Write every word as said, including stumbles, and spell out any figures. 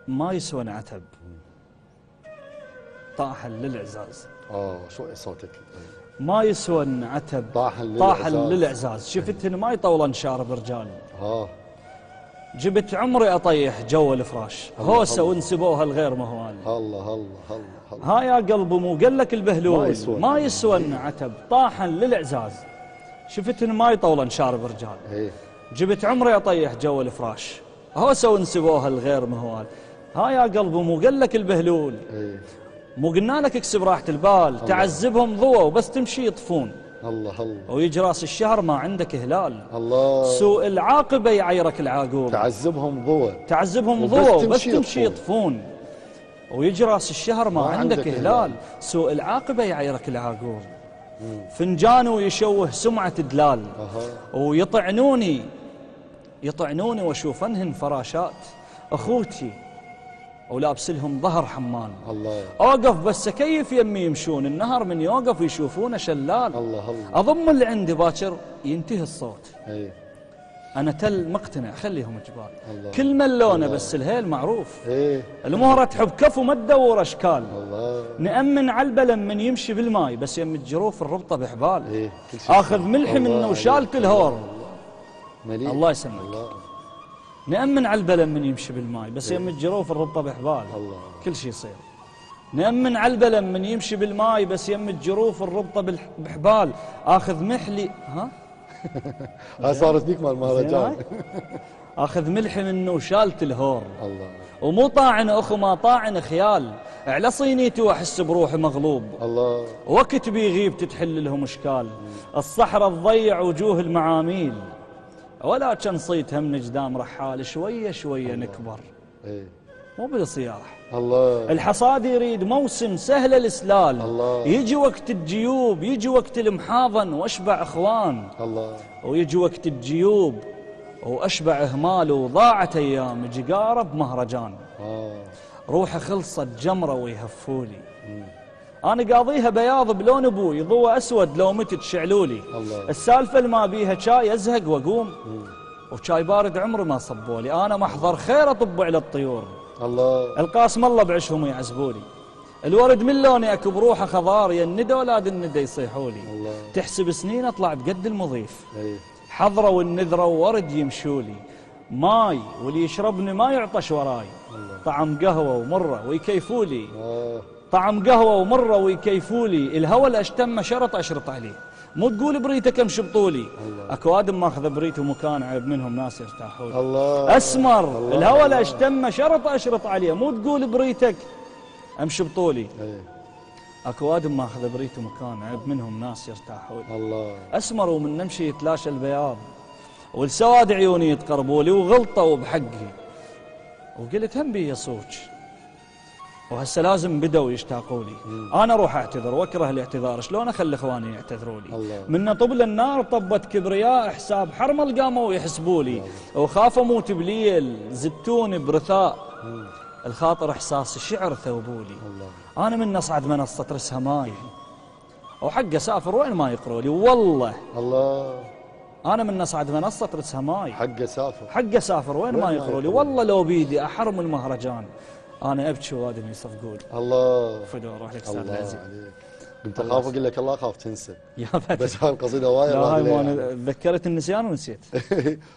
ما يسوى نعتب طاحا للعزاز. اه شو صوتك؟ ما يسوى النعتب طاحا للعزاز. طاحا للعزاز. شفتهن ما يطولن شارب رجال. اه جبت عمري اطيح جو الفراش، هوسه وانسبوها الغير مهوال. الله الله الله الله. ها يا قلبي مو قال لك البهلول ما يسوى, ما يسوى النعتب طاحا للعزاز. شفتهن ما يطولن شارب رجال. ايه جبت عمري اطيح جو الفراش، هوسه وانسبوها الغير مهوال. ها يا قلبي مو قال لك البهلول ايه مو قلنا لك اكسب راحة البال. الله. تعذبهم ضوى وبس تمشي يطفون. الله الله. ويجي راس الشهر ما عندك هلال. الله. سوء العاقبة يعيرك العاقوب. تعذبهم ضوى تعذبهم ضوى وبس تمشي يطفون. ويجي راس الشهر ما, ما عندك, عندك هلال. هلال. سوء العاقبة يعيرك العاقوب. فنجان ويشوه سمعة دلال. أه. ويطعنوني يطعنوني واشوفنهن فراشات اخوتي ولابس لهم ظهر حمال. الله. اوقف بس كيف يمي يمشون النهر من يوقف ويشوفونه شلال. الله الله. اضم اللي عندي باكر ينتهي الصوت. ايه. انا تل مقتنع خليهم جبال. الله. كل ملونه بس الهيل معروف. ايه. المهره تحب كف وما تدور اشكال. الله. نأمن على البلم من يمشي بالماي بس يم الجروف الربطه بحبال. ايه. اخذ ملح منه وشالت الهور. مليح. الله يسلمك. الله. نأمن على البلم من يمشي بالماء بس يم الجروف الربطه بحبال. الله. كل شيء يصير. نأمن على البلم من يمشي بالماء بس يم الجروف الربطه بحبال. اخذ محلي ها هاي صارت بيك مال المهرجان. اخذ ملح منه وشالت الهور. الله. ومو طاعن اخو ما طاعن خيال. على صينيتي واحس بروحي مغلوب. الله. وقت بيغيب تتحل لهم اشكال. الصحراء تضيع وجوه المعاميل ولا كان صيت هم قدام رحال. شويه شويه الله. نكبر. ايه. مو بالصياح. الله. الحصاد يريد موسم سهل الاسلال. الله. يجي وقت الجيوب يجي وقت المحاضن واشبع اخوان. الله. ويجي وقت الجيوب واشبع اهمال وضاعت ايام يجي قارب مهرجان. اه روحي خلصت جمره ويهفولي. انا قاضيها بياض بلون ابوي ضوء اسود لو مت تشعلولي. الله. السالفه اللي ما بيها شاي ازهق واقوم. وشاي بارد عمري ما صبولي. انا محضر خير اطب على الطيور. الله. القاسم الله بعشهم يعزبولي. الورد من لوني اكب روحه خضار يا الندى اولاد الندى يصيحولي. الله. تحسب سنين اطلع بقد المضيف. ايه. حضره والنذره وورد يمشولي. ماي واللي يشربني ما يعطش وراي. الله. طعم قهوه ومره ويكيفولي. آه. طعم قهوه ومره ويكيفولي. الهوى الاشتم شرط اشرط عليه. مو تقول بريتك امشي بطولي. اكو ادم ماخذ بريته مكان عيب منهم ناس يرتاحون. الله. اسمر الله. الهوى الاشتم شرط اشرط عليه. مو تقول بريتك امشي بطولي. ايه. اكو ادم ماخذ بريته مكان عيب منهم ناس يرتاحون. الله. اسمر ومن نمشي يتلاشى البياض والسواد عيوني يتقربوا لي وغلطوا بحقي. وقلت هم بي يصوج وهسه لازم بدوا يشتاقوا لي. انا اروح اعتذر واكره الاعتذار. شلون اخلي اخواني يعتذروا لي؟ من طبل النار طبت كبرياء حساب حرمل قاموا يحسبوا لي. وخاف اموت بليل زتوني برثاء. الخاطر احساس الشعر ثوبولي. انا من اصعد منصه رسها ماي وحق اسافر وين ما يقروا لي. والله الله. انا من اصعد منصه رسها ماي حق اسافر حق اسافر وين, وين ما يقروا لي. والله لو بيدي احرم المهرجان انا ابكي وادم يصفقون. الله. فدوا روح لك استاذ العزيز. كنت اخاف اقول لك الله اخاف تنسى. يا بس هاي القصيده وايد لا هاي ما ذكرت النسيان ونسيت.